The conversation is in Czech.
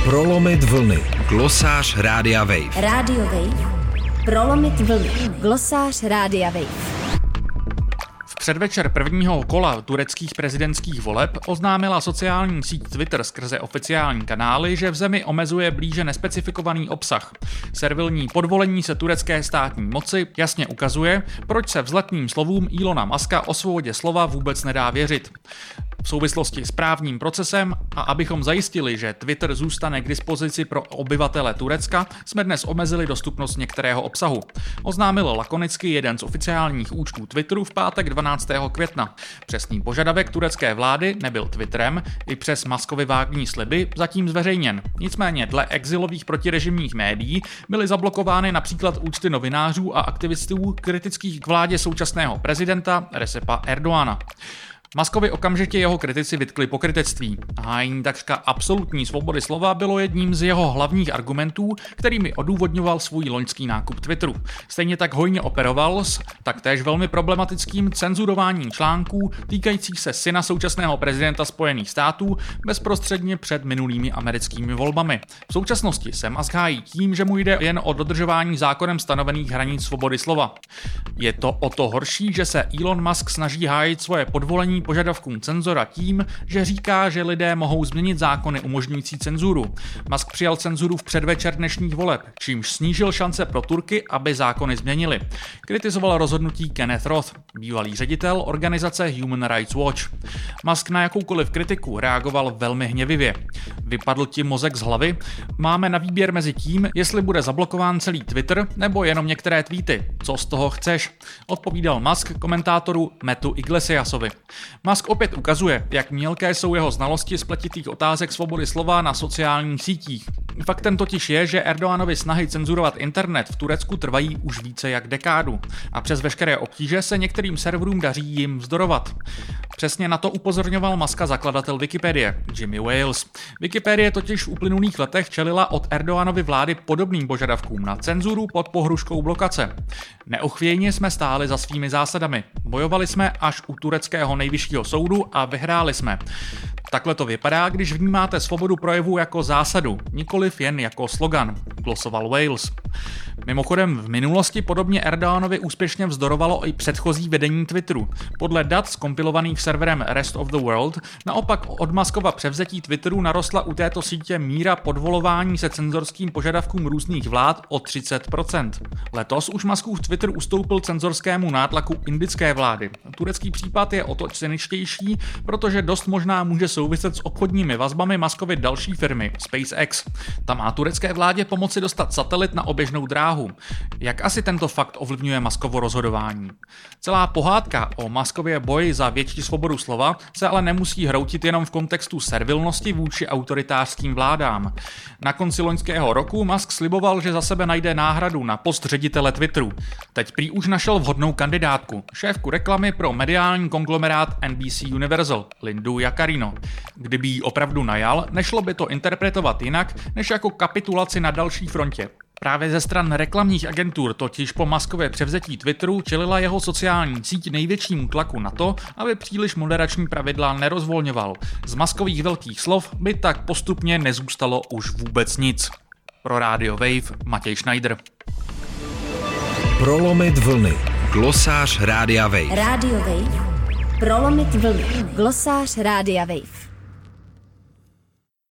Prolomit vlny. Glosář Rádia Wave. Rádio Wave. Prolomit vlny. Glosář Rádia Wave. V předvečer prvního kola tureckých prezidentských voleb oznámila sociální síť Twitter skrze oficiální kanály, že v zemi omezuje blíže nespecifikovaný obsah. Servilní podvolení se turecké státní moci jasně ukazuje, proč se vzletným slovům Elona Muska o svobodě slova vůbec nedá věřit. V souvislosti s právním procesem a abychom zajistili, že Twitter zůstane k dispozici pro obyvatele Turecka, jsme dnes omezili dostupnost některého obsahu. Oznámil lakonicky jeden z oficiálních účtů Twitteru v pátek 12. května. Přesný požadavek turecké vlády nebyl Twitterem, i přes Muskovy vágní sliby zatím zveřejněn. Nicméně dle exilových protirežimních médií byly zablokovány například účty novinářů a aktivistů kritických k vládě současného prezidenta Recepa Erdoğana. Muskovi okamžitě jeho kritici vytkli pokrytectví. Hájení takřka absolutní svobody slova bylo jedním z jeho hlavních argumentů, kterými odůvodňoval svůj loňský nákup Twitteru. Stejně tak hojně operoval s taktéž velmi problematickým cenzurováním článků týkajících se syna současného prezidenta Spojených států bezprostředně před minulými americkými volbami. V současnosti se Musk hájí tím, že mu jde jen o dodržování zákonem stanovených hranic svobody slova. Je to o to horší, že se Elon Musk snaží hájit svoje podvolení požadavkům cenzora tím, že říká, že lidé mohou změnit zákony umožňující cenzuru. Musk přijal cenzuru v předvečer dnešních voleb, čímž snížil šance pro Turky, aby zákony změnili. Kritizoval rozhodnutí Kenneth Roth, bývalý ředitel organizace Human Rights Watch. Musk na jakoukoliv kritiku reagoval velmi hněvivě. Vypadl ti mozek z hlavy? Máme na výběr mezi tím, jestli bude zablokován celý Twitter nebo jenom některé tweety. Co z toho chceš? Odpovídal Musk komentátoru Mattu Iglesiasovi. Musk opět ukazuje, jak mělké jsou jeho znalosti spletitých otázek svobody slova na sociálních sítích. Faktem totiž je, že Erdoğanovy snahy cenzurovat internet v Turecku trvají už více jak dekádu a přes veškeré obtíže se některým serverům daří jim vzdorovat. Přesně na to upozorňoval Muska zakladatel Wikipedie, Jimmy Wales. Wikipedie totiž v uplynulých letech čelila od Erdoğanovy vlády podobným požadavkům na cenzuru pod pohruškou blokace. Neochvějně jsme stáli za svými zásadami. Bojovali jsme až u tureckého nejvyššího soudu a vyhráli jsme. Takhle to vypadá, když vnímáte svobodu projevu jako zásadu, nikoliv jen jako slogan, glosoval Wales. Mimochodem v minulosti podobně Erdoğanovi úspěšně vzdorovalo i předchozí vedení Twitteru. Podle dat zkompilovaných serverem Rest of the World naopak od Muskova převzetí Twitteru narostla u této sítě míra podvolování se cenzorským požadavkům různých vlád o 30%. Letos už Muskův Twitter ustoupil cenzorskému nátlaku indické vlády. Turecký případ je o to cyničtější, protože dost možná může souviset s obchodními vazbami Muskovy další firmy SpaceX. Ta má turecké vládě pomoci dostat satelit na oběžnou dráhu. Jak asi tento fakt ovlivňuje Muskovo rozhodování? Celá pohádka o Muskově boji za větší svobodu slova se ale nemusí hroutit jenom v kontextu servilnosti vůči autoritářským vládám. Na konci loňského roku Musk sliboval, že za sebe najde náhradu na post ředitele Twitteru. Teď prý už našel vhodnou kandidátku, šéfku reklamy pro mediální konglomerát NBC Universal, Lindu Yaccarino. Kdyby ji opravdu najal, nešlo by to interpretovat jinak, než jako kapitulaci na další frontě. Právě ze stran reklamních agentur totiž po Muskově převzetí Twitteru čelila jeho sociální síť největšímu tlaku na to, aby příliš moderační pravidla nerozvolňoval. Z Muskových velkých slov by tak postupně nezůstalo už vůbec nic. Pro Radio Wave Matěj Schneider. Prolomit vlny. Glosář Rádia Wave. Rádio Wave. Prolomit vlny. Glosář Rádia Wave.